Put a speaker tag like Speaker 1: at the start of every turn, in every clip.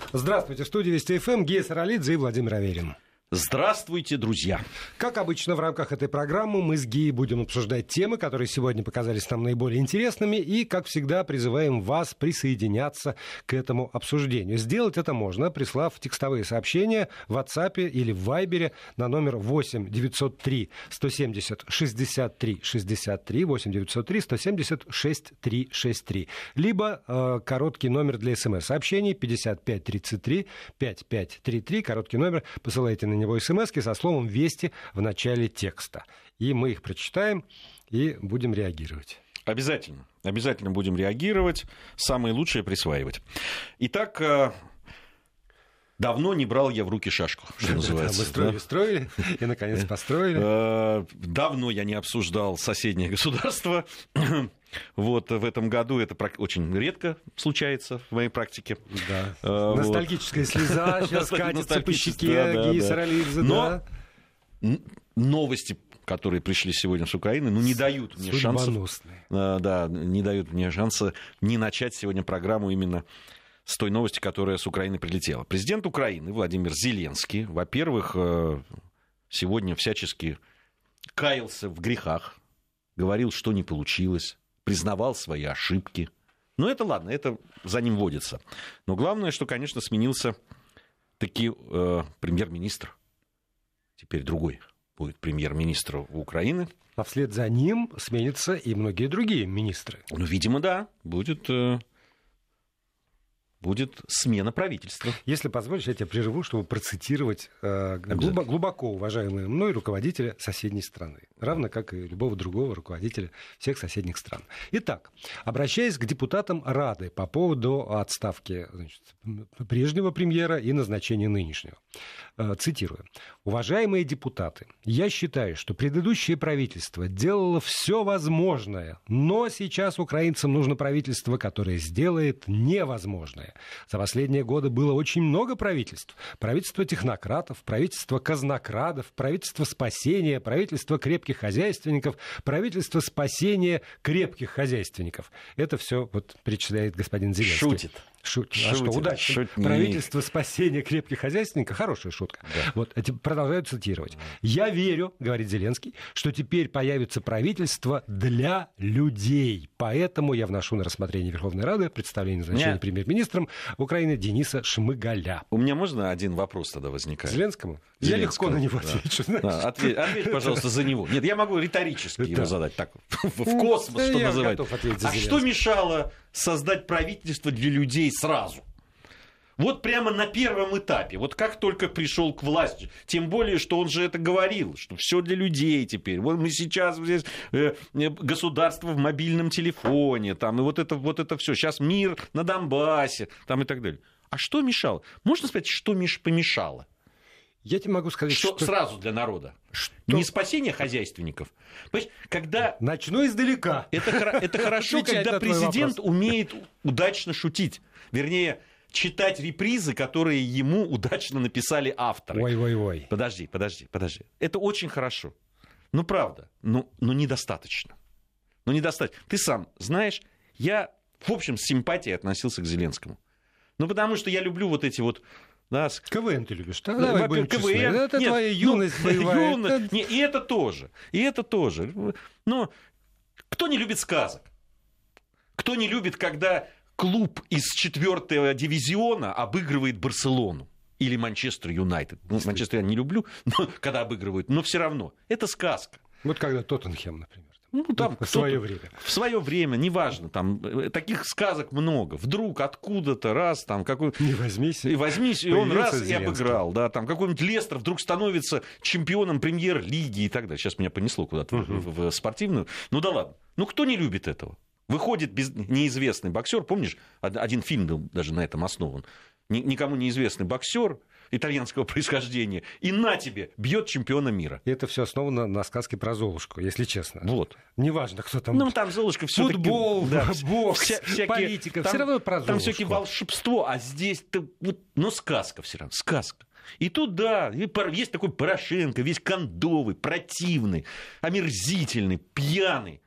Speaker 1: Здравствуйте, в студии Вести ФМ Гея Саралидзе и Владимир Аверин.
Speaker 2: Здравствуйте, друзья!
Speaker 1: Как обычно, в рамках этой программы мы с Геей будем обсуждать темы, которые сегодня показались нам наиболее интересными, и, как всегда, призываем вас присоединяться к этому обсуждению. Сделать это можно, прислав текстовые сообщения в WhatsApp или в Viber на номер 8 903 170 63 63, 8 903 170 63 63, либо короткий номер для СМС-сообщений 5533 5533, короткий номер, посылайте на него смски со словом «Вести» в начале текста. И мы их прочитаем и будем реагировать.
Speaker 2: Обязательно. Обязательно будем реагировать. Самое лучшее присваивать. Итак, давно не брал я в руки шашку, что называется.
Speaker 1: Мы строили, и, наконец, построили.
Speaker 2: Давно я не обсуждал соседнее государство. Вот в этом году это очень редко случается в моей практике.
Speaker 1: Да. Ностальгическая слеза сейчас катится по щеке Геи Саралидзе.
Speaker 2: Но новости, которые пришли сегодня с Украины, не дают мне шансов. Да, не дают мне шанса не начать сегодня программу именно с той новости, которая с Украины прилетела. Президент Украины Владимир Зеленский, во-первых, сегодня всячески каялся в грехах, говорил, что не получилось, признавал свои ошибки. Но это ладно, это за ним водится. Но главное, что, конечно, сменился таки премьер-министр. Теперь другой будет премьер-министр Украины.
Speaker 1: А вслед за ним сменятся и многие другие министры.
Speaker 2: Ну, видимо, да, будет смена правительства.
Speaker 1: Если позволишь, я тебя прерву, чтобы процитировать глубоко уважаемые мной руководителя соседней страны, равно как и любого другого руководителя всех соседних стран. Итак, обращаясь к депутатам Рады по поводу отставки прежнего премьера и назначения нынешнего, цитирую. «Уважаемые депутаты, я считаю, что предыдущее правительство делало все возможное, но сейчас украинцам нужно правительство, которое сделает невозможное. За последние годы было очень много правительств. Правительство технократов, правительство казнокрадов, правительство спасения, правительство крепких хозяйственников, правительство спасения крепких хозяйственников». Это все вот перечисляет господин Зеленский. Шутит. А что, удачно. Правительство спасения крепких хозяйственников. Хорошая шутка. Да. Вот, продолжаю цитировать. «Я верю, — говорит Зеленский, — что теперь появится правительство для людей. Поэтому я вношу на рассмотрение Верховной Рады представление назначения премьер-министром Украины Дениса Шмыгаля».
Speaker 2: У меня можно один вопрос тогда возникает?
Speaker 1: Зеленскому? Я легко на него отвечу.
Speaker 2: Да. Ответь, пожалуйста, за него. Нет, я могу риторически его задать. Так, в космос, что называется. А что мешало создать правительство для людей сразу? Вот прямо на первом этапе, вот как только пришел к власти, тем более, что он же это говорил, что все для людей теперь. Вот мы сейчас здесь государство в мобильном телефоне, там, и вот это все. Сейчас мир на Донбассе, там, и так далее. А что мешало? Можно сказать, что помешало?
Speaker 1: Я тебе могу сказать,
Speaker 2: что сразу для народа. Что? Не спасение хозяйственников. Когда...
Speaker 1: Начну издалека.
Speaker 2: Это хорошо, когда президент умеет удачно шутить. Вернее, читать репризы, которые ему удачно написали авторы.
Speaker 1: Ой.
Speaker 2: Подожди. Это очень хорошо. Ну, правда. Но недостаточно. Ты сам знаешь, я, в общем, с симпатией относился к Зеленскому. Потому что я люблю вот эти вот... Да,
Speaker 1: КВН ты любишь? Давай будем честны. Это твоя юность боевая.
Speaker 2: И это тоже. Но кто не любит сказок? Кто не любит, когда клуб из 4-го дивизиона обыгрывает Барселону? Или Манчестер Юнайтед? Манчестер я не люблю, когда обыгрывают, но все равно. Это сказка.
Speaker 1: Вот когда Тоттенхэм, например.
Speaker 2: Там
Speaker 1: в свое время.
Speaker 2: В свое время, неважно, там таких сказок много. Вдруг откуда-то раз там какой...
Speaker 1: Не возьмись.
Speaker 2: И он раз и обыграл. Да, там какой-нибудь Лестер вдруг становится чемпионом премьер-лиги и так далее. Сейчас меня понесло куда-то в спортивную. Ну да ладно. Кто не любит этого? Выходит неизвестный боксер, помнишь, один фильм был даже на этом основан. Никому неизвестный боксер итальянского происхождения, и на тебе бьет чемпиона мира.
Speaker 1: И это все основано на сказке про Золушку, если честно.
Speaker 2: Вот.
Speaker 1: Неважно, кто там.
Speaker 2: Там Золушка все-таки.
Speaker 1: Футбол, бокс, политика, все равно про Золушку.
Speaker 2: Там все-таки волшебство, а здесь-то сказка все равно, сказка. И тут, да, есть такой Порошенко, весь кондовый, противный, омерзительный, пьяный.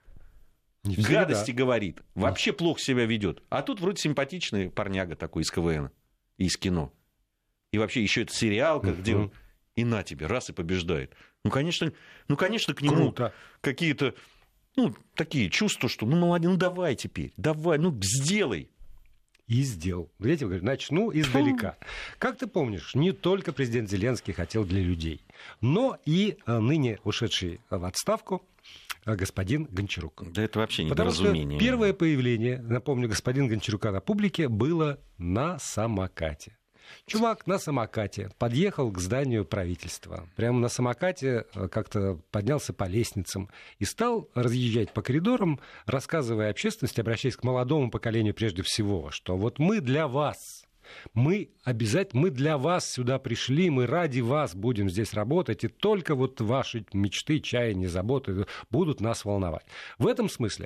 Speaker 2: Гадости говорит, вообще плохо себя ведет. А тут вроде симпатичный парняга такой из КВН. из кино. И вообще еще это сериал, где он и на тебе, раз и побеждает. Ну, конечно, к нему
Speaker 1: круто.
Speaker 2: Какие-то, такие чувства, что, молодец, давай теперь, давай, сделай.
Speaker 1: И сделал. Видите, говорю, начну издалека. Как ты помнишь, не только президент Зеленский хотел для людей, но и ныне ушедший в отставку господин Гончарук.
Speaker 2: Да это вообще недоразумение.
Speaker 1: Потому что первое появление, напомню, господина Гончарука на публике было на самокате. Чувак на самокате подъехал к зданию правительства. Прямо на самокате как-то поднялся по лестницам и стал разъезжать по коридорам, рассказывая общественности, обращаясь к молодому поколению прежде всего, что вот мы для вас. Мы для вас сюда пришли, мы ради вас будем здесь работать, и только вот ваши мечты, чаяния, заботы будут нас волновать. В этом смысле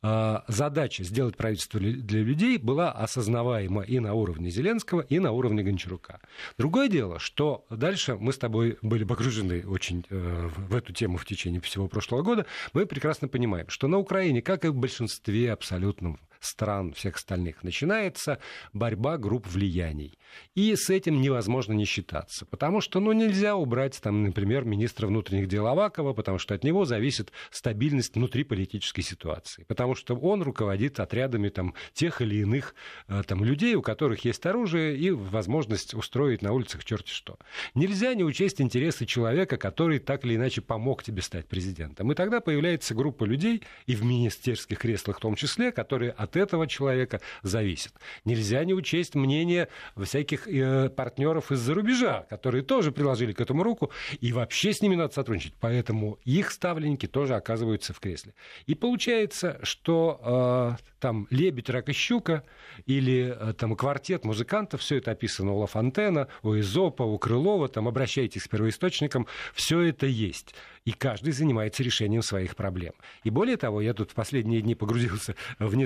Speaker 1: задача сделать правительство для людей была осознаваема и на уровне Зеленского, и на уровне Гончарука. Другое дело, что дальше мы с тобой были погружены очень в эту тему в течение всего прошлого года, мы прекрасно понимаем, что на Украине, как и в большинстве абсолютно стран всех остальных, начинается борьба групп влияний. И с этим невозможно не считаться. Потому что нельзя убрать, например, министра внутренних дел Авакова, потому что от него зависит стабильность внутриполитической ситуации. Потому что он руководит отрядами тех или иных людей, у которых есть оружие и возможность устроить на улицах черти что. Нельзя не учесть интересы человека, который так или иначе помог тебе стать президентом. И тогда появляется группа людей, и в министерских креслах в том числе, которые от этого человека зависят. Нельзя не учесть мнение всяких партнеров из-за рубежа, которые тоже приложили к этому руку, и вообще с ними надо сотрудничать. Поэтому их ставленники тоже оказываются в кресле. И получается, что «Лебедь, рак и щука» или квартет музыкантов, все это описано у Ла Фонтена, у Эзопа, у Крылова, обращайтесь к первоисточникам, все это есть. И каждый занимается решением своих проблем. И более того, я тут в последние дни погрузился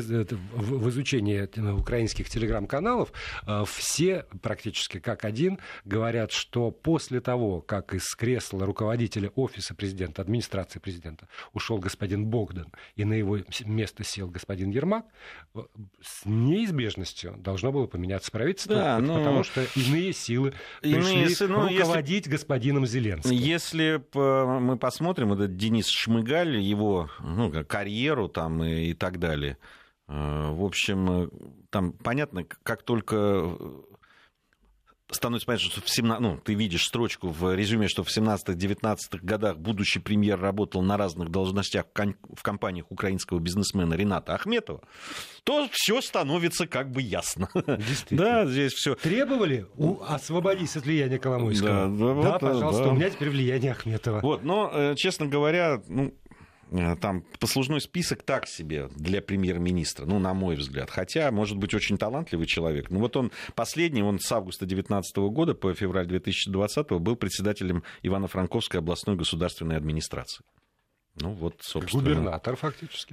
Speaker 1: в изучение украинских телеграм-каналов. Все практически как один говорят, что после того, как из кресла руководителя офиса президента, администрации президента ушел господин Богдан, и на его место сел господин Ермак, с неизбежностью должно было поменяться правительство, потому что иные силы пришли руководить господином Зеленским.
Speaker 2: Если мы посмотрим этот Денис Шмыгаль, его карьеру и так далее, в общем, там понятно, как только становится понятно, что ты видишь строчку в резюме, что в 17-19 годах будущий премьер работал на разных должностях в компаниях украинского бизнесмена Рената Ахметова, то все становится ясно.
Speaker 1: Действительно.
Speaker 2: Да, здесь все.
Speaker 1: Требовали освободить от влияния Коломойского. Да, пожалуйста, у меня теперь влияние Ахметова.
Speaker 2: Но, честно говоря, там послужной список так себе для премьер-министра, на мой взгляд. Хотя, может быть, очень талантливый человек. Он последний, он с августа 2019 года по февраль 2020 был председателем Ивано-Франковской областной государственной администрации. Собственно.
Speaker 1: Губернатор, фактически.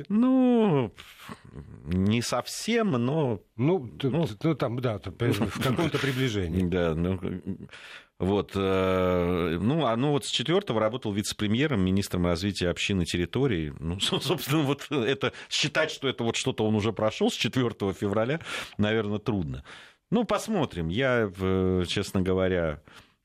Speaker 2: Не совсем, но...
Speaker 1: в каком-то приближении.
Speaker 2: Да, с 4-го работал вице-премьером, министром развития общин и территорий. Собственно, это считать, что это что-то он уже прошел с 4 февраля, наверное, трудно. Посмотрим. Я, честно говоря...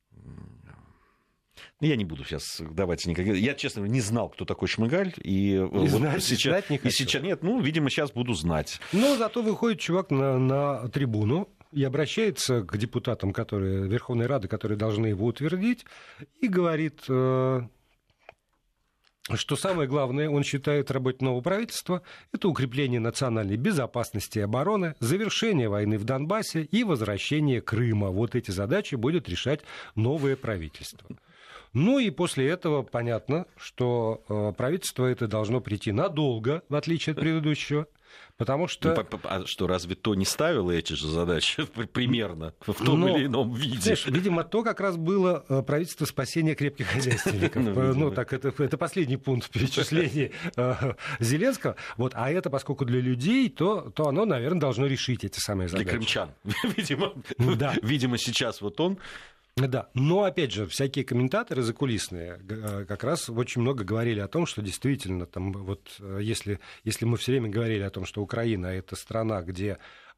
Speaker 2: Я не буду сейчас давать никаких... Я, честно говоря, не знал, кто такой Шмыгаль.
Speaker 1: Знать не хочу.
Speaker 2: Сейчас нет, видимо, сейчас буду знать.
Speaker 1: Но зато выходит чувак на трибуну и обращается к депутатам Верховной Рады, которые должны его утвердить, и говорит, что самое главное, он считает, работе нового правительства – это укрепление национальной безопасности и обороны, завершение войны в Донбассе и возвращение Крыма. Вот эти задачи будет решать новое правительство. И после этого понятно, что правительство это должно прийти надолго, в отличие от предыдущего, потому что...
Speaker 2: А что, разве то не ставило эти же задачи примерно в том или ином виде?
Speaker 1: Знаешь, видимо, то как раз было правительство спасения крепких хозяйственников. Это последний пункт в перечислении Зеленского. А это, поскольку для людей, то оно, наверное, должно решить эти самые задачи.
Speaker 2: Для крымчан. Видимо, сейчас он...
Speaker 1: Да, но, опять же, всякие комментаторы закулисные как раз очень много говорили о том, что действительно, если мы все время говорили о том, что Украина – это страна, где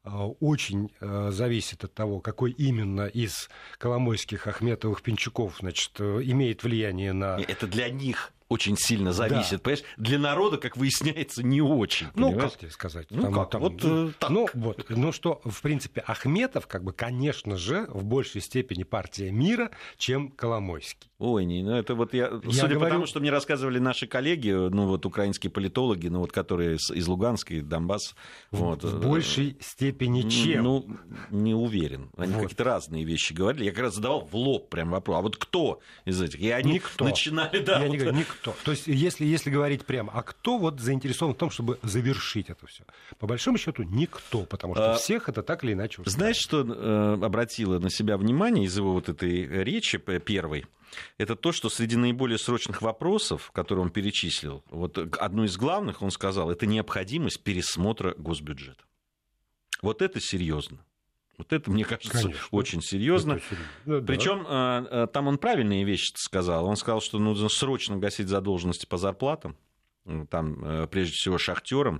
Speaker 1: очень зависит от того, какой именно из Коломойских, Ахметовых, Пинчуков, значит, имеет влияние на...
Speaker 2: Это для них очень сильно зависит, да. Понимаешь? Для народа, как выясняется, не очень.
Speaker 1: Ну, как тебе сказать?
Speaker 2: Ну,
Speaker 1: там,
Speaker 2: как?
Speaker 1: Там,
Speaker 2: вот, так.
Speaker 1: Ну, что, в принципе, Ахметов, как бы, конечно же, в большей степени партия мира, чем Коломойский.
Speaker 2: Ой, не, ну это вот судя по тому, что мне рассказывали наши коллеги, ну вот украинские политологи, ну вот которые из Луганска и Донбасса.
Speaker 1: В большей степени чем?
Speaker 2: Ну, не уверен. Они какие-то разные вещи говорили. Я как раз задавал в лоб прям вопрос. А вот кто из этих? И они начинали... Да,
Speaker 1: я не говорю, никто. То есть, если говорить прямо, а кто вот заинтересован в том, чтобы завершить это все? По большому счету, никто, потому что всех это так или иначе устраивает.
Speaker 2: Знаешь, что обратило на себя внимание из его вот этой речи первой? Это то, что среди наиболее срочных вопросов, которые он перечислил, вот одну из главных, он сказал, это необходимость пересмотра госбюджета. Вот это серьезно. Вот это, мне кажется, конечно, очень серьезно. Причем там он правильные вещи сказал. Он сказал, что нужно срочно гасить задолженности по зарплатам, там, прежде всего, шахтерам.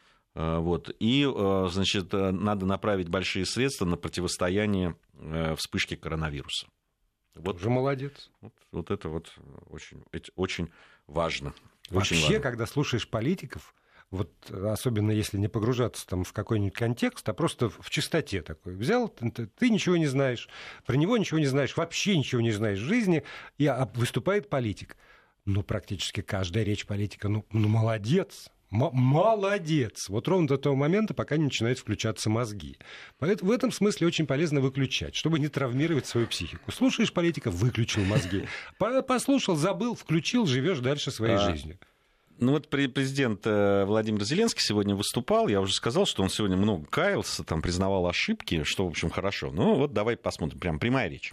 Speaker 2: Вот. И, значит, надо направить большие средства на противостояние вспышке коронавируса.
Speaker 1: Вот, уже молодец.
Speaker 2: Вот это вот очень важно.
Speaker 1: Вообще,
Speaker 2: очень важно.
Speaker 1: Когда слушаешь политиков, вот особенно если не погружаться там в какой-нибудь контекст, а просто в чистоте такой. Взял, ты ничего не знаешь, про него ничего не знаешь, вообще ничего не знаешь в жизни, и выступает политик. Ну, практически каждая речь политика, ну молодец. Молодец! Вот ровно до того момента, пока не начинают включаться мозги. Поэтому в этом смысле очень полезно выключать, чтобы не травмировать свою психику. Слушаешь политика, выключил мозги. Послушал, забыл, включил, живешь дальше своей жизнью.
Speaker 2: Ну вот президент Владимир Зеленский сегодня выступал. Я уже сказал, что он сегодня много каялся, там, признавал ошибки, что, в общем, хорошо. Ну вот давай посмотрим, прям прямая речь.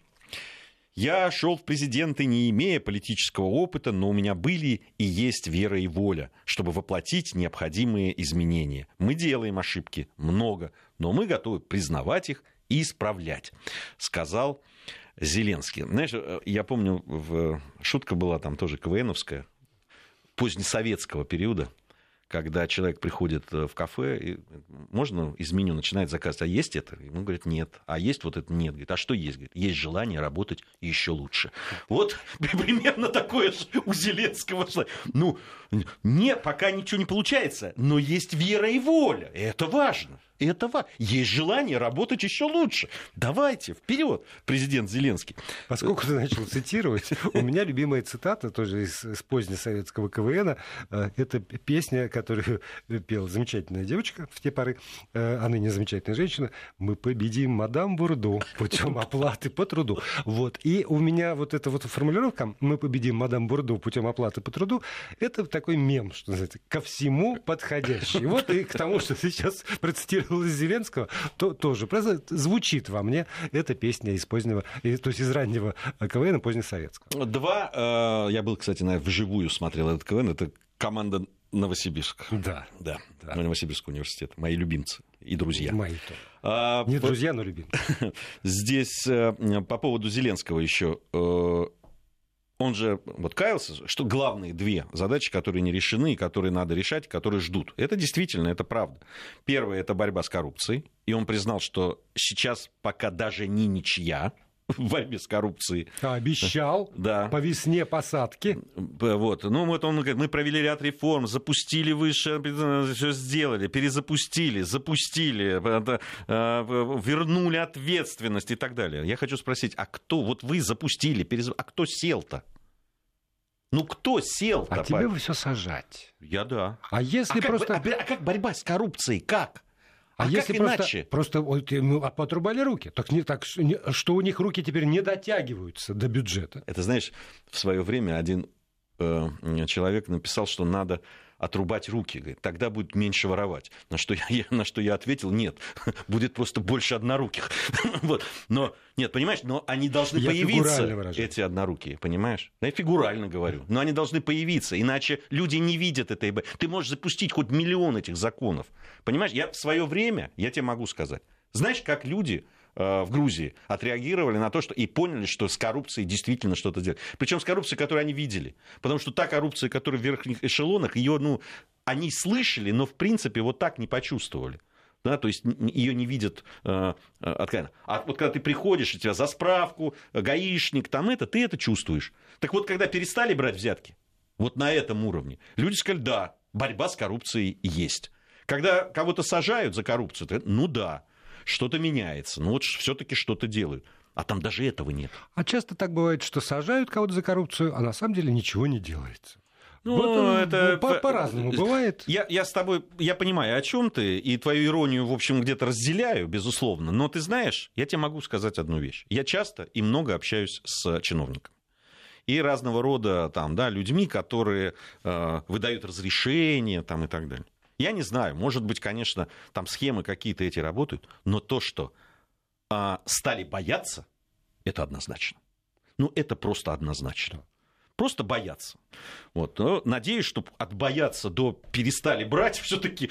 Speaker 2: Я шел в президенты, не имея политического опыта, но у меня были и есть вера и воля, чтобы воплотить необходимые изменения. Мы делаем ошибки, много, но мы готовы признавать их и исправлять, сказал Зеленский. Знаешь, я помню, шутка была там тоже КВНовская, позднесоветского периода, когда человек приходит в кафе, и можно из меню начинает заказывать, а есть это? Ему говорят, нет. А есть вот это? Нет. Говорит, а что есть? Говорит, есть желание работать еще лучше. Вот примерно такое же у Зеленского. Ну, пока ничего не получается, но есть вера и воля. Это важно. Есть желание работать еще лучше. Давайте, вперед, президент Зеленский.
Speaker 1: Поскольку ты начал цитировать, у меня любимая цитата тоже из позднесоветского КВН. Это песня, которую пела замечательная девочка в те поры, а ныне замечательная женщина. «Мы победим мадам Бурду путем оплаты по труду». Вот. И у меня вот эта вот формулировка «Мы победим мадам Бурду путем оплаты по труду» это такой мем, что называется, ко всему подходящий. Вот и к тому, что ты сейчас процитировал из Зеленского, тоже просто звучит во мне эта песня из позднего, то есть из раннего КВН позднесоветского.
Speaker 2: Я был, кстати, вживую смотрел этот КВН, это команда Новосибирск.
Speaker 1: Да.
Speaker 2: Новосибирский университет. Мои любимцы и друзья.
Speaker 1: Мои тоже. Не друзья, но любимцы.
Speaker 2: Здесь по поводу Зеленского еще. Он же вот каялся, что главные две задачи, которые не решены, и которые надо решать, которые ждут. Это действительно, это правда. Первое – это борьба с коррупцией. И он признал, что сейчас пока даже не ничья в борьбе с коррупцией.
Speaker 1: Обещал по весне посадки.
Speaker 2: Вот. Ну, вот он говорит, мы провели ряд реформ, запустили высшее, все сделали, перезапустили, запустили, вернули ответственность и так далее. Я хочу спросить, а кто, вот вы запустили, а кто сел-то? Ну, кто сел-то?
Speaker 1: А тебе бы все сажать.
Speaker 2: Да.
Speaker 1: А если просто...
Speaker 2: А как борьба с коррупцией? Как?
Speaker 1: А если иначе? Просто отрубали руки. Так, что у них руки теперь не дотягиваются до бюджета.
Speaker 2: Это, знаешь, в свое время один человек написал, что надо отрубать руки. Говорит, тогда будет меньше воровать. На что я ответил, нет, будет просто больше одноруких. Вот. Но, нет, понимаешь, но они должны появиться, эти однорукие, понимаешь? Я фигурально говорю. Но они должны появиться, иначе люди не видят этой... Ты можешь запустить хоть миллион этих законов. Понимаешь, я в свое время, я тебе могу сказать, знаешь, как люди в Грузии отреагировали на то, что и поняли, что с коррупцией действительно что-то делать. Причем с коррупцией, которую они видели. Потому что та коррупция, которая в верхних эшелонах, ее, они слышали, но в принципе вот так не почувствовали. Да, то есть ее не видят откровенно. А вот когда ты приходишь, и тебя за справку, гаишник, там ты это чувствуешь. Так вот, когда перестали брать взятки, вот на этом уровне, люди сказали, да, борьба с коррупцией есть. Когда кого-то сажают за коррупцию, да, что-то меняется, вот все-таки что-то делают. А там даже этого нет.
Speaker 1: А часто так бывает, что сажают кого-то за коррупцию, а на самом деле ничего не делается.
Speaker 2: Это
Speaker 1: по-разному бывает.
Speaker 2: Я с тобой, я понимаю, о чем ты, и твою иронию, в общем, где-то разделяю, безусловно. Но ты знаешь, я тебе могу сказать одну вещь. Я часто и много общаюсь с чиновниками. И разного рода людьми, которые выдают разрешения и так далее. Я не знаю, может быть, конечно, там схемы какие-то эти работают, но то, что стали бояться, это однозначно. Это просто однозначно. Просто боятся. Но надеюсь, что от бояться до перестали брать, все-таки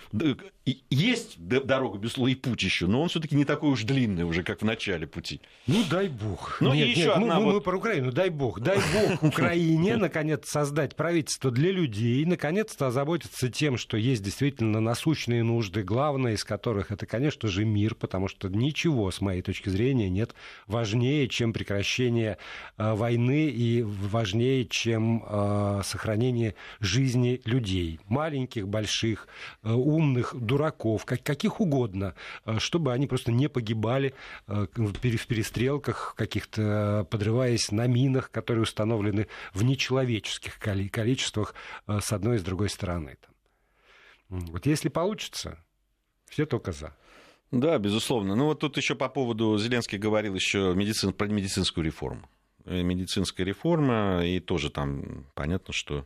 Speaker 2: есть дорога, безусловно, и путь еще, но он все-таки не такой уж длинный уже, как в начале пути.
Speaker 1: Дай бог. Мы про Украину. Дай бог Украине, наконец, создать правительство для людей, наконец-то озаботиться тем, что есть действительно насущные нужды, главное из которых это, конечно же, мир, потому что ничего, с моей точки зрения, нет важнее, чем прекращение войны и важнее, чем сохранение жизни людей. Маленьких, больших, умных, дураков, каких угодно, чтобы они просто не погибали в перестрелках каких-то, подрываясь на минах, которые установлены в нечеловеческих количествах с одной и с другой стороны. Вот если получится, все только за.
Speaker 2: Да, безусловно. Тут еще по поводу, Зеленский говорил еще про медицинскую реформу. Медицинская реформа, и тоже там понятно, что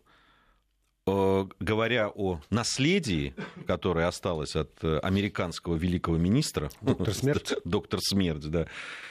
Speaker 2: говоря о наследии, которое осталось от американского великого министра, доктор Смерть, да,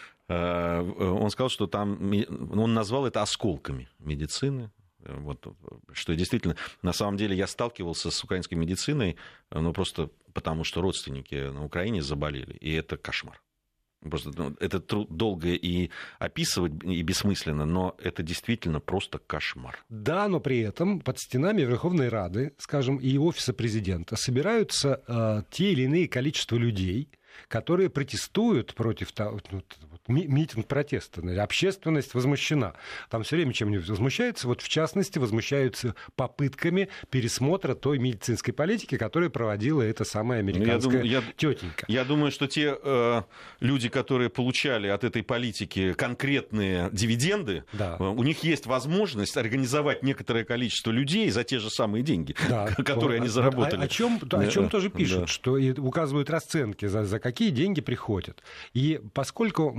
Speaker 2: он сказал, что он назвал это осколками медицины. Что действительно, на самом деле, я сталкивался с украинской медициной, просто потому, что родственники на Украине заболели, и это кошмар. Просто это долго и описывать, и бессмысленно, но это действительно просто кошмар.
Speaker 1: Да, но при этом под стенами Верховной Рады, скажем, и офиса президента собираются те или иные количество людей, которые протестуют против того, митинг протеста, общественность возмущена. Там все время чем-нибудь возмущаются, в частности, возмущаются попытками пересмотра той медицинской политики, которую проводила эта самая американская тетенька.
Speaker 2: Я думаю, что те люди, которые получали от этой политики конкретные дивиденды, у них есть возможность организовать некоторое количество людей за те же самые деньги, которые они заработали.
Speaker 1: О чем тоже пишут, что и указывают расценки, за какие деньги приходят. И поскольку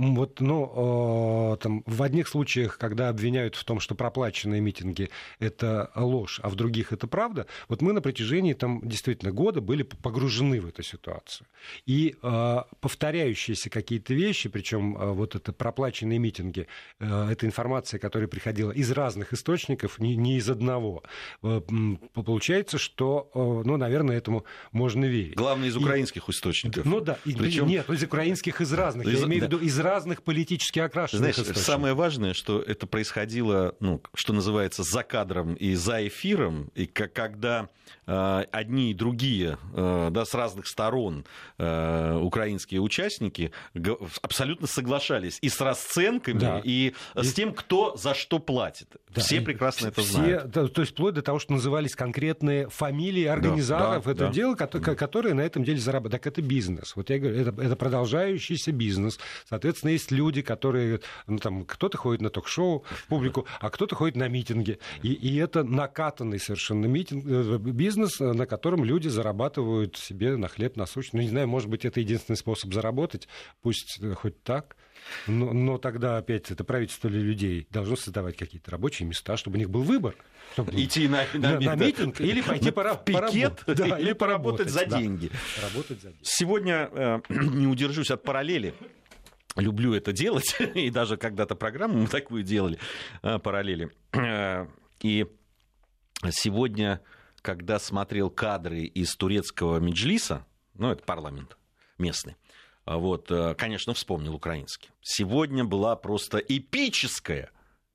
Speaker 1: в одних случаях, когда обвиняют в том, что проплаченные митинги — это ложь, а в других — это правда, мы на протяжении действительно года были погружены в эту ситуацию. И повторяющиеся какие-то вещи, причем это проплаченные митинги, это информация, которая приходила из разных источников, не из одного. Получается, что, наверное, этому можно верить.
Speaker 2: Главное, из украинских источников.
Speaker 1: Причем... Нет, из украинских, из разных. Я имею в виду из разных политически окрашенных источников.
Speaker 2: Самое важное, что это происходило, что называется, за кадром и за эфиром, и когда одни и другие, с разных сторон украинские участники абсолютно соглашались и с расценками, и с тем, кто за что платит. Все прекрасно это знают.
Speaker 1: То есть вплоть до того, что назывались конкретные фамилии организаторов этого дела, которые на этом деле зарабатывают. Так это бизнес. Я говорю, это продолжающийся бизнес. Соответственно, есть люди, которые... кто-то ходит на ток-шоу в публику, а кто-то ходит на митинги. И это накатанный совершенно бизнес, на котором люди зарабатывают себе на хлеб насущный. Не знаю, может быть, это единственный способ заработать. Пусть хоть так. Но тогда, опять, это правительство для людей должно создавать какие-то рабочие места, чтобы у них был выбор.
Speaker 2: Идти на
Speaker 1: митинг или пойти
Speaker 2: пикет, или поработать за деньги. Сегодня не удержусь от параллели. Люблю это делать, и даже когда-то программу мы такую делали, параллели. И сегодня, когда смотрел кадры из турецкого меджлиса, это парламент местный, конечно, вспомнил украинский. Сегодня была просто эпическая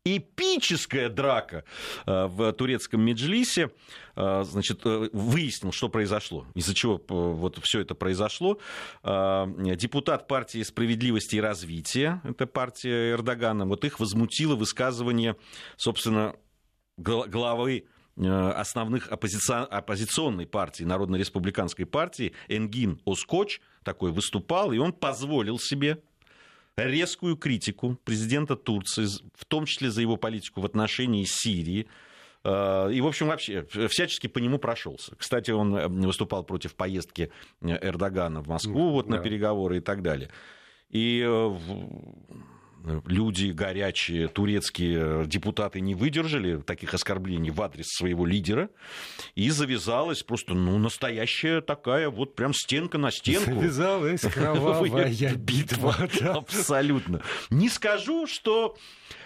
Speaker 2: эпическая драка в турецком меджлисе. Значит, выяснил, что произошло, из-за чего вот все это произошло. Депутат партии «Справедливости и развития», это партия Эрдогана, вот их возмутило высказывание, собственно, главы основных оппозиционной партии, Народно-республиканской партии, Энгин Оскоч, такой выступал, и он позволил себе резкую критику президента Турции, в том числе за его политику в отношении Сирии. И, в общем, вообще всячески по нему прошелся. Кстати, он выступал против поездки Эрдогана в Москву вот, на переговоры и так далее. И люди горячие, турецкие депутаты не выдержали таких оскорблений в адрес своего лидера, и завязалась просто, настоящая такая вот прям стенка на стенку.
Speaker 1: Завязалась кровавая битва.
Speaker 2: Абсолютно. Не скажу, что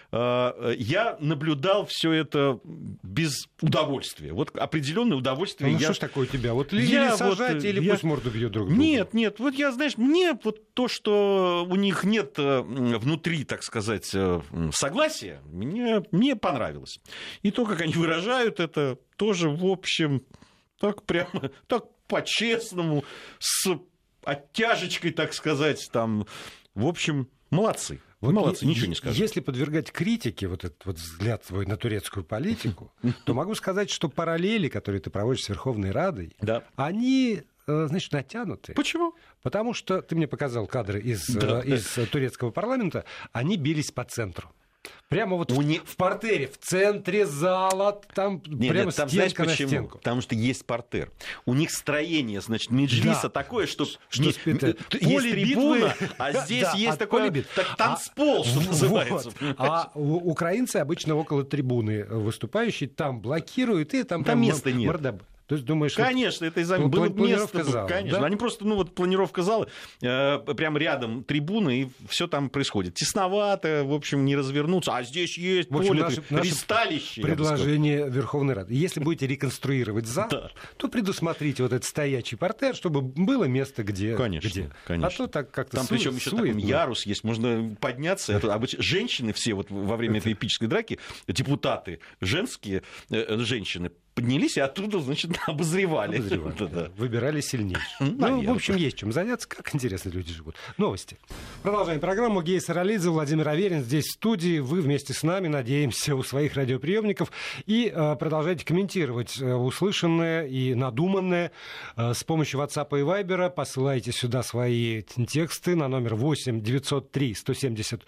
Speaker 2: я наблюдал все это без удовольствия. Вот определенное удовольствие.
Speaker 1: Что ж такое у тебя? Вот или сажать, или пусть морду бьет друг друга?
Speaker 2: Нет. Вот я, знаешь, мне вот то, что у них нет внутри, так сказать, согласия, мне понравилось. И то, как они выражают это, тоже, в общем, так прямо, так по-честному, с оттяжечкой, так сказать, там, в общем, молодцы.
Speaker 1: Вот
Speaker 2: молодцы, ничего не скажу.
Speaker 1: Если подвергать критике вот этот вот взгляд свой на турецкую политику, то могу сказать, что параллели, которые ты проводишь с Верховной Радой, они, значит, натянуты.
Speaker 2: Почему?
Speaker 1: Потому что ты мне показал кадры из турецкого парламента, они бились по центру. Прямо вот в партере, в центре зала, там прямо
Speaker 2: там,
Speaker 1: стенка
Speaker 2: знаешь,
Speaker 1: на стенку.
Speaker 2: Потому что есть партер. У них строение, значит, меджлиса такое, что есть трибуна, а здесь есть такой танцпол, что называется.
Speaker 1: А украинцы обычно около трибуны выступающие, там блокируют, и там
Speaker 2: места нет.
Speaker 1: То есть, думаешь,
Speaker 2: конечно, это из-за было место.
Speaker 1: Зала,
Speaker 2: конечно.
Speaker 1: Да?
Speaker 2: Они просто, планировка зала, прямо рядом трибуны, и все там происходит. Тесновато, в общем, не развернуться. А здесь есть поле, ристалище.
Speaker 1: Предложение Верховной Рады. Если будете реконструировать зал, то предусмотрите вот этот стоячий партер, чтобы было место, где.
Speaker 2: Конечно.
Speaker 1: А то так как-то
Speaker 2: там причем еще такой ярус есть, можно подняться. Женщины все вот во время этой эпической драки, депутаты женские, женщины, поднялись и оттуда, значит, обозревали.
Speaker 1: Выбирали сильнейших. В общем, есть чем заняться. Как интересно люди живут. Новости. Продолжаем программу. Гея Саралидзе, Владимир Аверин здесь в студии. Вы вместе с нами, надеемся, у своих радиоприемников. И продолжайте комментировать услышанное и надуманное с помощью WhatsApp и Viber. Посылайте сюда свои тексты на номер 8 903 170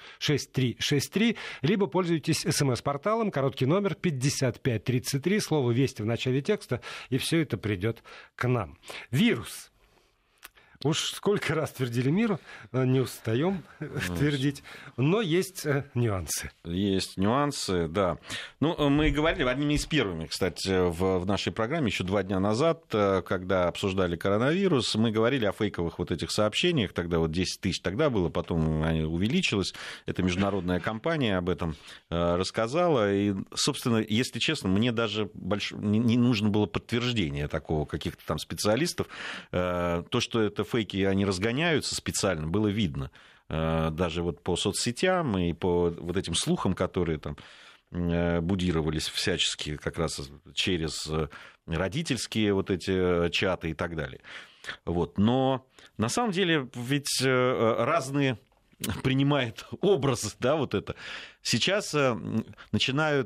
Speaker 1: 6363, либо пользуйтесь СМС-порталом, короткий номер 5533, слово «Весть» в начале текста, и все это придет к нам. Вирус. Уж сколько раз твердили миру, не устаем твердить, но есть нюансы.
Speaker 2: Есть нюансы, да. Мы говорили одними из первыми, кстати, в нашей программе еще 2 дня назад, когда обсуждали коронавирус, мы говорили о фейковых вот этих сообщениях, тогда вот 10 тысяч тогда было, потом увеличилось. Это международная компания об этом рассказала, и, собственно, если честно, мне даже не нужно было подтверждения такого каких-то там специалистов. То, что это фейки, они разгоняются специально, было видно. Даже вот по соцсетям и по вот этим слухам, которые там будировались всячески как раз через родительские вот эти чаты и так далее. Вот. Но на самом деле ведь разные принимает образы, да, вот это. Сейчас начинают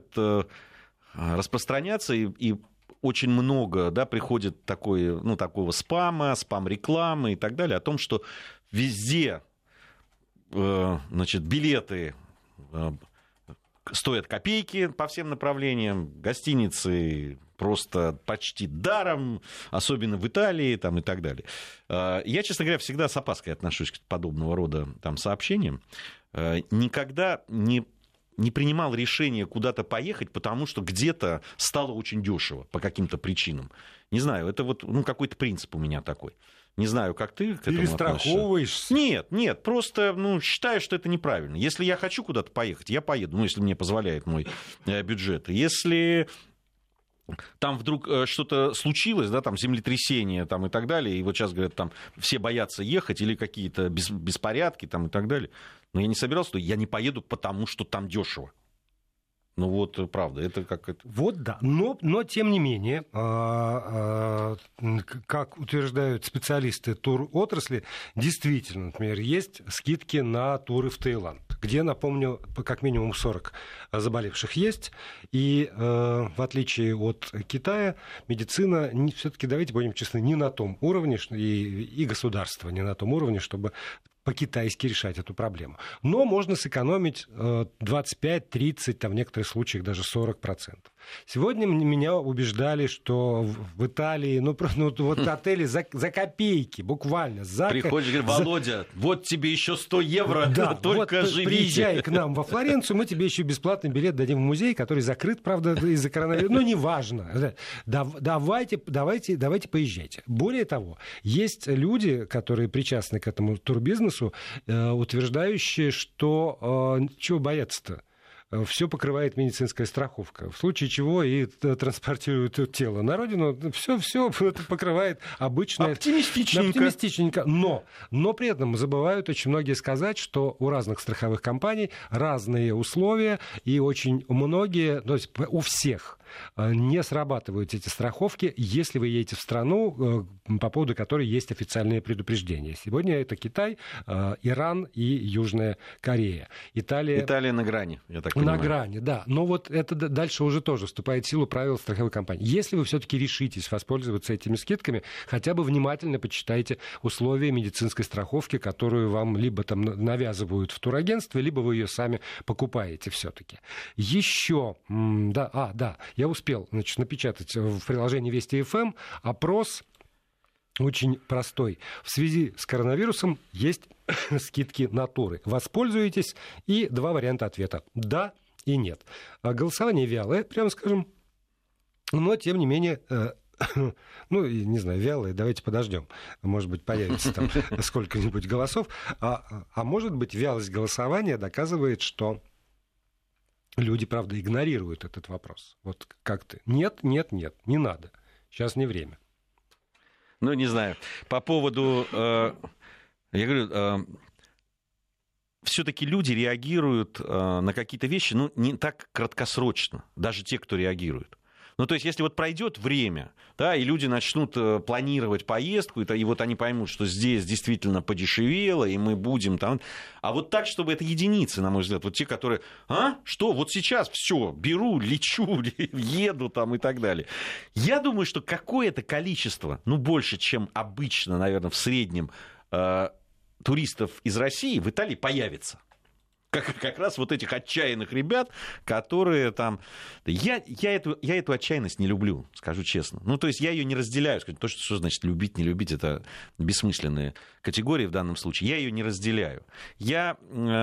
Speaker 2: распространяться и очень много, да, приходит такого спама, спам-рекламы и так далее, о том, что везде, значит, билеты стоят копейки по всем направлениям, гостиницы просто почти даром, особенно в Италии там, и так далее. Я, честно говоря, всегда с опаской отношусь к подобного рода там сообщениям. Никогда не принимал решение куда-то поехать, потому что где-то стало очень дешево по каким-то причинам. Не знаю, это вот какой-то принцип у меня такой. Не знаю, как ты к этому
Speaker 1: перестраховываешься?
Speaker 2: Нет, просто считаю, что это неправильно. Если я хочу куда-то поехать, я поеду, если мне позволяет мой бюджет. Если там вдруг что-то случилось, да, там землетрясение там, и так далее, и вот сейчас, говорят, там все боятся ехать, или какие-то беспорядки там, и так далее. Но я не собирался, что я не поеду, потому что там дешево. Ну вот, правда, это как это...
Speaker 1: Вот да, но тем не менее, как утверждают специалисты туротрасли, действительно, например, есть скидки на туры в Таиланд, где, напомню, как минимум 40 заболевших есть, и в отличие от Китая, медицина, все-таки, давайте будем честны, не на том уровне, и государство не на том уровне, чтобы по-китайски решать эту проблему. Но можно сэкономить 25-30, в некоторых случаях даже 40%. Сегодня меня убеждали, что в Италии, вот отели за копейки, буквально.
Speaker 2: Приходишь, говоришь, Володя, вот тебе еще 100 евро,
Speaker 1: да,
Speaker 2: только
Speaker 1: вот
Speaker 2: живи.
Speaker 1: Приезжай к нам во Флоренцию, мы тебе еще бесплатный билет дадим в музей, который закрыт, правда, из-за коронавируса. Ну, неважно. Давайте поезжайте. Более того, есть люди, которые причастны к этому турбизнесу, утверждающие, что чего бояться-то? Все покрывает медицинская страховка. В случае чего и транспортируют тело на родину. Все это покрывает обычное... Оптимистичненько. Но при этом забывают очень многие сказать, что у разных страховых компаний разные условия, и очень многие, то есть у всех не срабатывают эти страховки, если вы едете в страну, по поводу которой есть официальные предупреждения. Сегодня это Китай, Иран и Южная Корея. Италия
Speaker 2: на грани, я так понимаю.
Speaker 1: На грани, да. Но вот это дальше уже тоже вступает в силу правил страховой компании. Если вы все-таки решитесь воспользоваться этими скидками, хотя бы внимательно почитайте условия медицинской страховки, которую вам либо там навязывают в турагентстве, либо вы ее сами покупаете все-таки. Еще, я успел, напечатать в приложении Вести ФМ опрос очень простой. В связи с коронавирусом есть скидки на туры. Воспользуетесь? И 2 варианта ответа. Да и нет. Голосование вялое, прямо скажем. Но, тем не менее... не знаю, вялые, давайте подождем. Может быть, появится там сколько-нибудь голосов. А может быть, вялость голосования доказывает, что люди, правда, игнорируют этот вопрос. Вот как-то нет, не надо. Сейчас не время.
Speaker 2: Ну, не знаю. По поводу... Я говорю, все-таки люди реагируют на какие-то вещи, не так краткосрочно, даже те, кто реагирует. Ну, то есть, если вот пройдет время, да, и люди начнут планировать поездку, и вот они поймут, что здесь действительно подешевело, и мы будем там... А вот так, чтобы это единицы, на мой взгляд, вот те, которые, что, вот сейчас все, беру, лечу, еду там и так далее. Я думаю, что какое-то количество, больше, чем обычно, наверное, в среднем, туристов из России в Италии появится. Как раз вот этих отчаянных ребят, которые там... Я эту отчаянность не люблю, скажу честно. То есть я ее не разделяю. То, что значит любить, не любить, это бессмысленные категории в данном случае. Я ее не разделяю. Я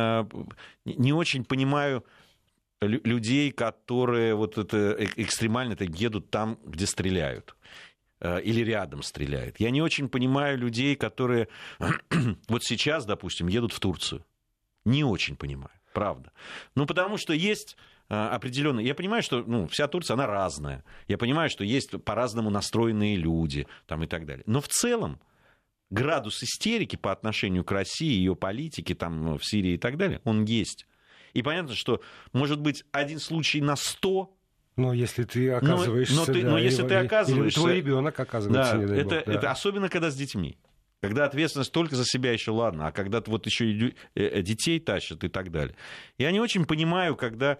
Speaker 2: не очень понимаю людей, которые вот это экстремально едут там, где стреляют. Или рядом стреляют. Я не очень понимаю людей, которые вот сейчас, допустим, едут в Турцию. Не очень понимаю, правда. Потому что есть определенные... Я понимаю, что вся Турция, она разная. Я понимаю, что есть по-разному настроенные люди там, и так далее. Но в целом градус истерики по отношению к России, ее политике там, в Сирии и так далее, он есть. И понятно, что, может быть, один случай на 100...
Speaker 1: Но если ты оказываешься...
Speaker 2: если ты оказываешься...
Speaker 1: Или твой ребенок оказывается, не дай бог.
Speaker 2: Это особенно, когда с детьми. Когда ответственность только за себя еще ладно, а когда вот еще и детей тащат и так далее. Я не очень понимаю, когда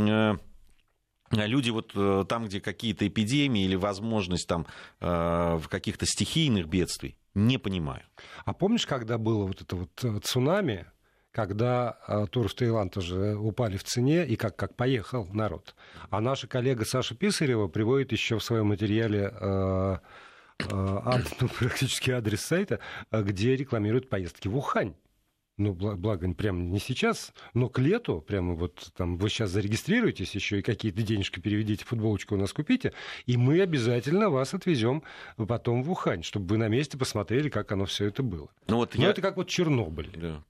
Speaker 2: люди вот там, где какие-то эпидемии или возможность там в каких-то стихийных бедствий, не понимаю.
Speaker 1: А помнишь, когда было вот это вот цунами, когда туры в Таиланд уже упали в цене, и как поехал народ? А наша коллега Саша Писарева приводит еще в своем материале... практически адрес сайта, где рекламируют поездки в Ухань. Благо, прямо не сейчас, но к лету, прямо вот там вы сейчас зарегистрируетесь еще и какие-то денежки переведите, футболочку у нас купите, и мы обязательно вас отвезем потом в Ухань, чтобы вы на месте посмотрели, как оно все это было. Это как вот Чернобыль. Да.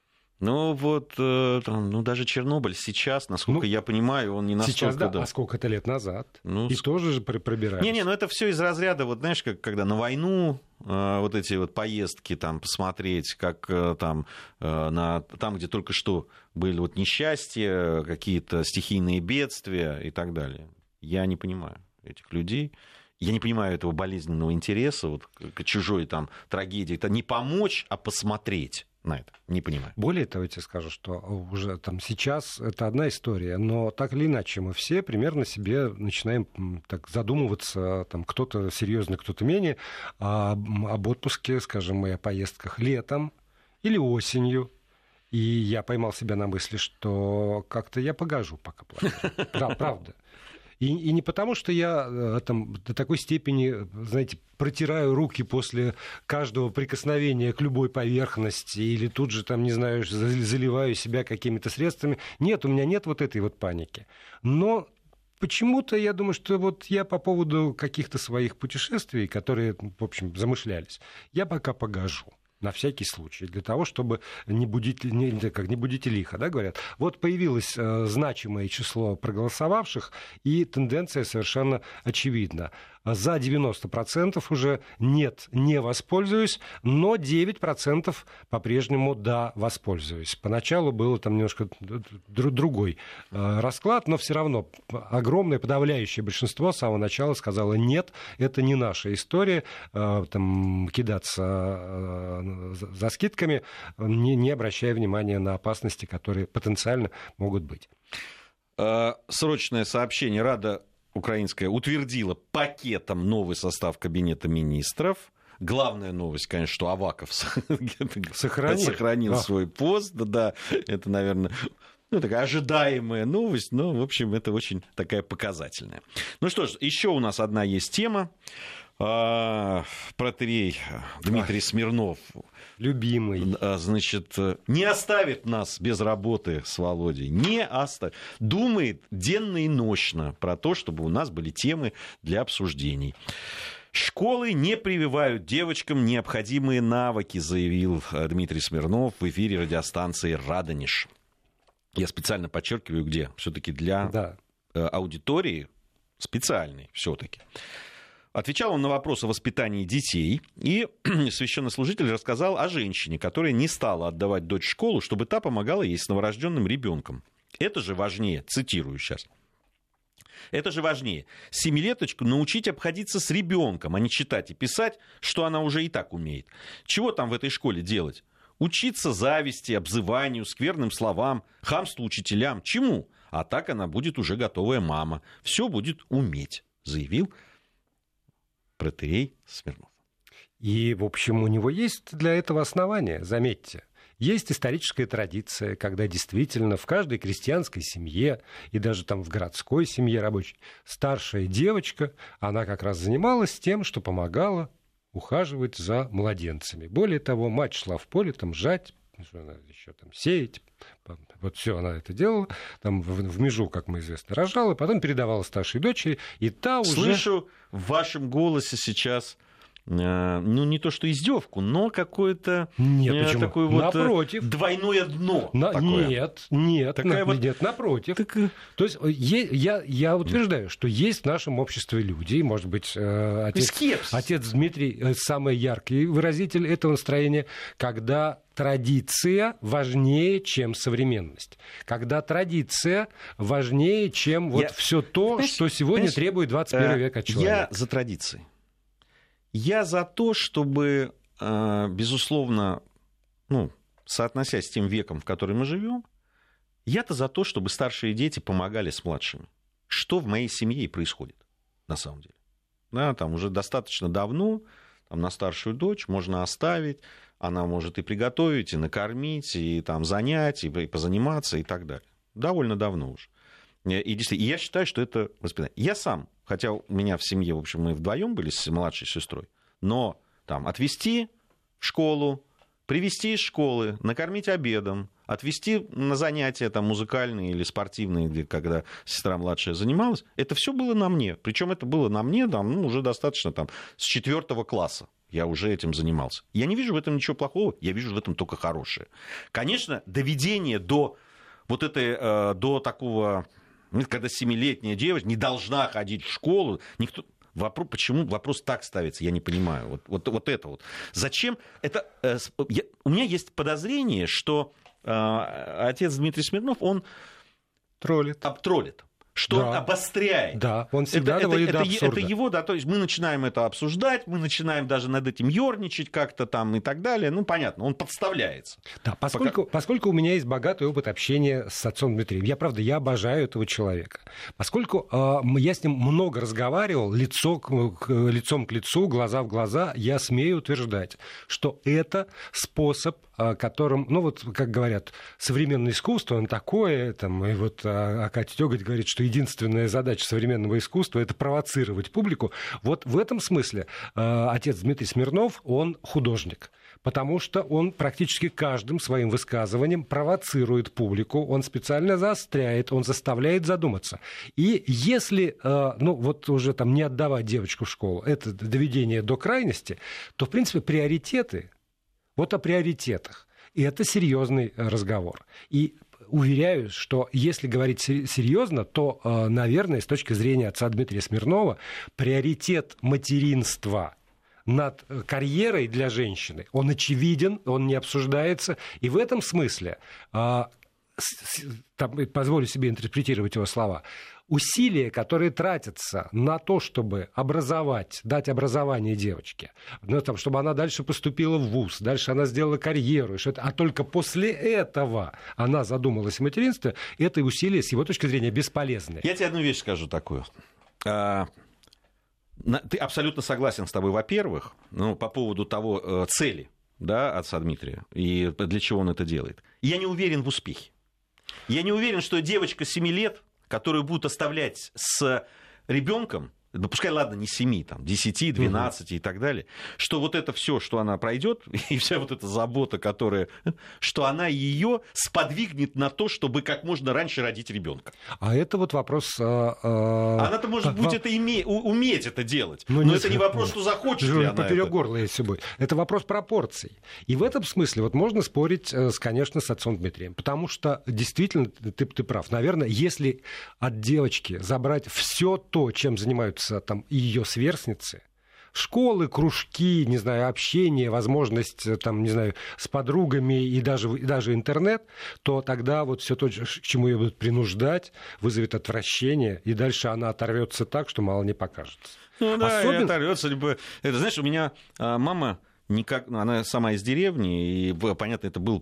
Speaker 2: Даже Чернобыль сейчас, насколько я понимаю, он не настолько...
Speaker 1: Сейчас, да, а сколько-то лет назад. И тоже же пробирались.
Speaker 2: Это все из разряда, вот знаешь, когда на войну вот эти вот поездки, там, посмотреть, как там, где только что были вот несчастья, какие-то стихийные бедствия и так далее. Я не понимаю этих людей. Я не понимаю этого болезненного интереса вот, к чужой там, трагедии. Это не помочь, а посмотреть на это. Не понимаю.
Speaker 1: Более того, я тебе скажу, что уже там сейчас это одна история, но так или иначе мы все примерно себе начинаем так задумываться, там, кто-то серьезно, кто-то менее, об отпуске, скажем, и о поездках летом или осенью. И я поймал себя на мысли, что как-то я погожу пока платить. Правда. И не потому, что я там, до такой степени, знаете, протираю руки после каждого прикосновения к любой поверхности или тут же, там, не знаю, заливаю себя какими-то средствами. Нет, у меня нет вот этой вот паники. Но почему-то я думаю, что вот я по поводу каких-то своих путешествий, которые, в общем, замышлялись, я пока погожу. На всякий случай, для того, чтобы не будить лихо, да, говорят. Вот появилось значимое число проголосовавших, и тенденция совершенно очевидна. За 90% уже нет, не воспользуюсь, но 9% по-прежнему да, воспользуюсь. Поначалу было там немножко другой расклад, но все равно огромное подавляющее большинство с самого начала сказало нет, это не наша история, там, кидаться за скидками, не обращая внимания на опасности, которые потенциально могут быть.
Speaker 2: Срочное сообщение. Рада украинская утвердила пакетом новый состав Кабинета министров. Главная новость, конечно, что Аваков сохранил свой пост. Да, это, наверное, такая ожидаемая новость, но, в общем, это очень такая показательная. Ну что ж, еще у нас одна есть тема. Протоиерей Дмитрий Смирнов,
Speaker 1: любимый,
Speaker 2: значит, не оставит нас без работы с Володей, не оставит. Думает денно и нощно про то, чтобы у нас были темы для обсуждений. Школы не прививают девочкам необходимые навыки, заявил Дмитрий Смирнов в эфире радиостанции «Радонеж». Я специально подчеркиваю, где все-таки для аудитории специальной все-таки. Отвечал он на вопрос о воспитании детей, и священнослужитель рассказал о женщине, которая не стала отдавать дочь в школу, чтобы та помогала ей с новорожденным ребенком. Это же важнее, цитирую сейчас, это же важнее, 7-леточку научить обходиться с ребенком, а не читать и писать, что она уже и так умеет. Чего там в этой школе делать? Учиться зависти, обзыванию, скверным словам, хамству учителям. Чему? А так она будет уже готовая мама. Все будет уметь, заявил протоиерей Смирнов.
Speaker 1: И, в общем, у него есть для этого основания, заметьте. Есть историческая традиция, когда действительно в каждой крестьянской семье и даже там в городской семье рабочей старшая девочка, она как раз занималась тем, что помогала ухаживать за младенцами. Более того, мать шла в поле там жать, еще там сеять. Вот все она это делала. Там в межу, как мы известно, рожала, потом передавала старшей дочери, и та уже...
Speaker 2: Слышу в вашем голосе сейчас, ну, не то что издевку, но какое-то такое вот напротив. Двойное дно.
Speaker 1: Нет, напротив. Так... То есть я утверждаю, что есть в нашем обществе люди, может быть, отец Дмитрий самый яркий выразитель этого настроения, когда традиция важнее, чем современность. Когда традиция важнее, чем вот все то, что сегодня требует 21 век от человека.
Speaker 2: Я за традиции. Я за то, чтобы, безусловно, соотносясь с тем веком, в котором мы живем, я-то за то, чтобы старшие дети помогали с младшими. Что в моей семье и происходит, на самом деле. Да, там уже достаточно давно там, на старшую дочь можно оставить, она может и приготовить, и накормить, и там, занять, и позаниматься, и так далее. Довольно давно уже. И действительно, я считаю, что это воспитание. Я сам, хотя у меня в семье, в общем, мы вдвоем были с младшей сестрой, но там отвезти в школу, привезти из школы, накормить обедом, отвезти на занятия там, музыкальные или спортивные, где, когда сестра младшая занималась, это все было на мне. Причем это было на мне там, уже достаточно там, с 4 класса. Я уже этим занимался. Я не вижу в этом ничего плохого, я вижу в этом только хорошее. Конечно, доведение до вот этой, до такого... Когда 7-летняя девочка не должна ходить в школу, никто... Почему вопрос так ставится, я не понимаю. Вот это вот. Зачем? У меня есть подозрение, что отец Дмитрий Смирнов, он троллит. Что он обостряет.
Speaker 1: Да, он всегда доводит до абсурда.
Speaker 2: Это его, да, то есть мы начинаем это обсуждать, мы начинаем даже над этим ёрничать как-то там и так далее. Ну, понятно, он подставляется.
Speaker 1: Да, поскольку у меня есть богатый опыт общения с отцом Дмитрием, я обожаю этого человека. Поскольку я с ним много разговаривал, лицом к лицу, глаза в глаза, я смею утверждать, что это способ, которым, ну вот, как говорят, современное искусство, он такое, там, и вот Катя Тёготь говорит, что единственная задача современного искусства — это провоцировать публику. Вот в этом смысле отец Дмитрий Смирнов, он художник. Потому что он практически каждым своим высказыванием провоцирует публику, он специально заостряет, он заставляет задуматься. И если, ну вот уже там не отдавать девочку в школу, это доведение до крайности, то, в принципе, приоритеты, вот о приоритетах, и это серьезный разговор. И уверяю, что если говорить серьезно, то, наверное, с точки зрения отца Дмитрия Смирнова, приоритет материнства над карьерой для женщины, он очевиден, он не обсуждается. И в этом смысле, позволю себе интерпретировать его слова, усилия, которые тратятся на то, чтобы дать образование девочке, ну, там, чтобы она дальше поступила в вуз, дальше она сделала карьеру, а только после этого она задумалась о материнстве, это усилия, с его точки зрения, бесполезны.
Speaker 2: Я тебе одну вещь скажу такую. Ты абсолютно согласен с тобой, во-первых, по поводу того цели, да, отца Дмитрия, и для чего он это делает. Я не уверен в успехе. Я не уверен, что девочка 7 лет, которую будут оставлять с ребенком, да пускай, ладно, не 7, там, 10, 12 и так далее, что вот это все, что она пройдет, и вся вот эта забота, что она ее сподвигнет на то, чтобы как можно раньше родить ребенка.
Speaker 1: А это вот вопрос...
Speaker 2: Она-то, может быть, уметь это делать, но это не вопрос, что захочет ли она
Speaker 1: поперек
Speaker 2: это.
Speaker 1: горла есть собой. Это вопрос пропорций. И в этом смысле вот можно спорить, конечно, с отцом Дмитрием, потому что действительно ты прав. Наверное, если от девочки забрать все то, чем занимаются там ее сверстницы, школы, кружки, не знаю, общение, возможность там, не знаю, с подругами и даже интернет, то тогда вот все то, к чему ее будут принуждать, вызовет отвращение, и дальше она оторвется так, что мало не покажется.
Speaker 2: Ну да, и оторвется. Это, знаешь, у меня мама она сама из деревни, и, понятно, это был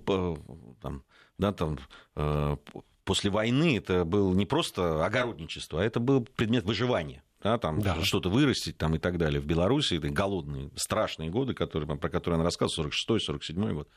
Speaker 2: после войны, это был не просто огородничество, а это был предмет выживания. Да. Что-то вырастить там, и так далее. В Беларуси это голодные, страшные годы, про которые она рассказывала, 46-47 год.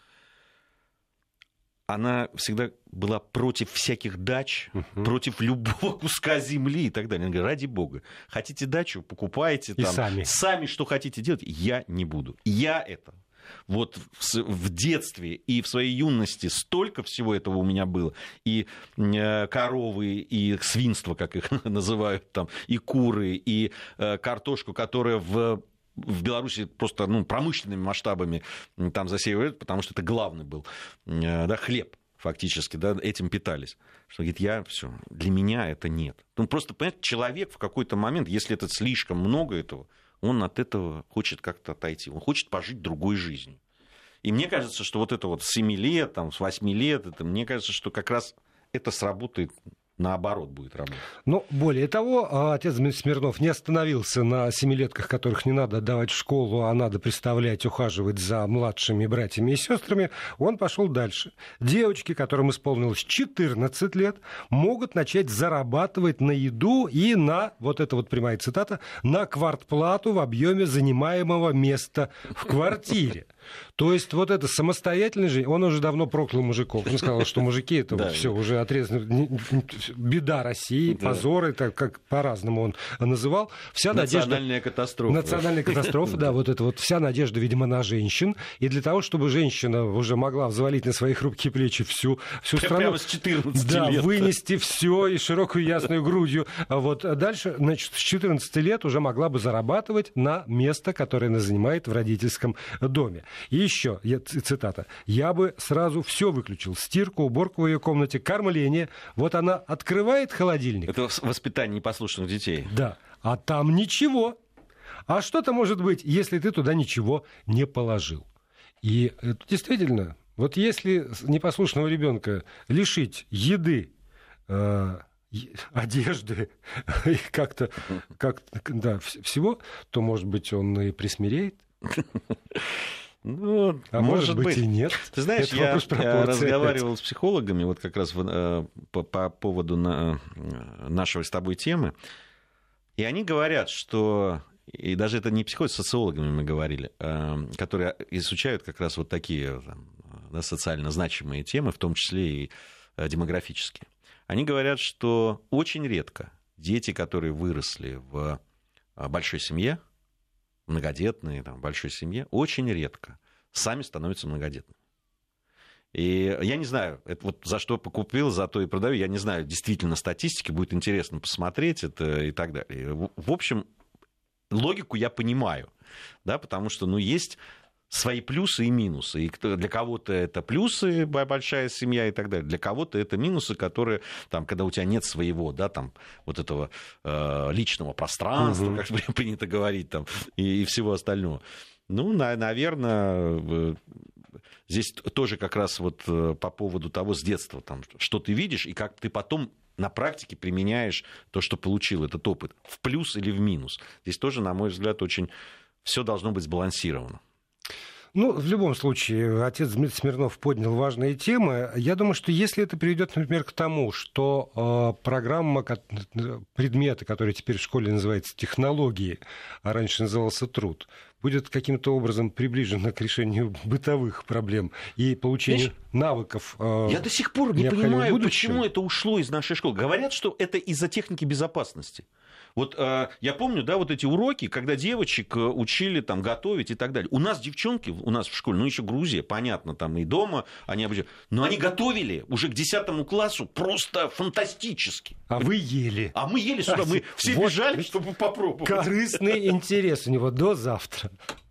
Speaker 2: Она всегда была против всяких дач, против любого куска земли и так далее. Она говорит, ради бога, хотите дачу, покупайте там, сами что хотите делать, я не буду. Я это. Вот в детстве и в своей юности столько всего этого у меня было. И коровы, и свинство, как их называют, там, и куры, и картошку, которая в Беларуси просто промышленными масштабами там засеивают, потому что это главный был хлеб. Фактически, этим питались. Что говорит, для меня это нет. Просто, понимаете, человек в какой-то момент, если это слишком много этого, он от этого хочет как-то отойти. Он хочет пожить другой жизнью. И мне кажется, что вот это вот с 7 лет, там, с 8 лет, мне кажется, что как раз это сработает, наоборот будет работать.
Speaker 1: Но более того, отец Дмитрий Смирнов не остановился на 7-летках, которых не надо отдавать в школу, а надо представлять, ухаживать за младшими братьями и сестрами. Он пошел дальше. Девочки, которым исполнилось 14 лет, могут начать зарабатывать на еду и на, вот это вот прямая цитата, на квартплату в объеме занимаемого места в квартире. То есть вот это самостоятельный жизнь, он уже давно проклял мужиков. Он сказал, что мужики это вот все уже отрезано. Беда России, позор, это как по-разному он называл.
Speaker 2: Национальная катастрофа.
Speaker 1: Национальная катастрофа, да, вот это вот вся надежда, видимо, на женщин. И для того, чтобы женщина уже могла взвалить на свои хрупкие плечи всю страну.
Speaker 2: Прямо с 14 лет.
Speaker 1: Вынести все и широкую ясную грудью. Вот дальше, значит, с 14 лет уже могла бы зарабатывать на место, которое она занимает в родительском доме. И еще, цитата, «Я бы сразу все выключил. Стирку, уборку в ее комнате, кормление. Вот она открывает холодильник».
Speaker 2: Это воспитание непослушных детей.
Speaker 1: Да. А там ничего. А что-то может быть, если ты туда ничего не положил. И действительно, вот если непослушного ребенка лишить еды, одежды и как-то да, всего, то, может быть, он и присмиреет.
Speaker 2: Ну,
Speaker 1: а может быть и нет.
Speaker 2: Ты знаешь, я разговаривал с психологами вот как раз по поводу нашей с тобой темы, и они говорят, что, и даже это не психологи, с социологами мы говорили, которые изучают как раз вот такие там, социально значимые темы, в том числе и демографические. Они говорят, что очень редко дети, которые выросли в большой семье, многодетные, там, в большой семье, очень редко сами становятся многодетными. И я не знаю, это вот за что покупил, за то и продаю, я не знаю, действительно статистики, будет интересно посмотреть это и так далее. В общем, логику я понимаю, да, потому что, ну, есть свои плюсы и минусы. И для кого-то это плюсы, большая семья и так далее. Для кого-то это минусы, которые, там, когда у тебя нет своего, да, там, вот этого личного пространства, как принято говорить, там, и всего остального. Ну, наверное, здесь тоже как раз вот по поводу того с детства, там, что ты видишь, и как ты потом на практике применяешь то, что получил этот опыт, в плюс или в минус. Здесь тоже, на мой взгляд, очень все должно быть сбалансировано.
Speaker 1: Ну, в любом случае, отец Дмитрий Смирнов поднял важные темы. Я думаю, что если это приведет, например, к тому, что программа, предметы, которые теперь в школе называются технологии, а раньше назывался труд, будет каким-то образом приближена к решению бытовых проблем и получению навыков.
Speaker 2: Я до сих пор не понимаю, почему это ушло из нашей школы. Говорят, что это из-за техники безопасности. Вот я помню, да, вот эти уроки, когда девочек учили там готовить и так далее. У нас девчонки, у нас в школе, ну еще Грузия, понятно, там и дома они обучали, но они готовили уже к 10 классу просто фантастически.
Speaker 1: А вы ели.
Speaker 2: А мы ели сюда, мы все бежали, чтобы попробовать.
Speaker 1: Корыстный интерес у него до завтра.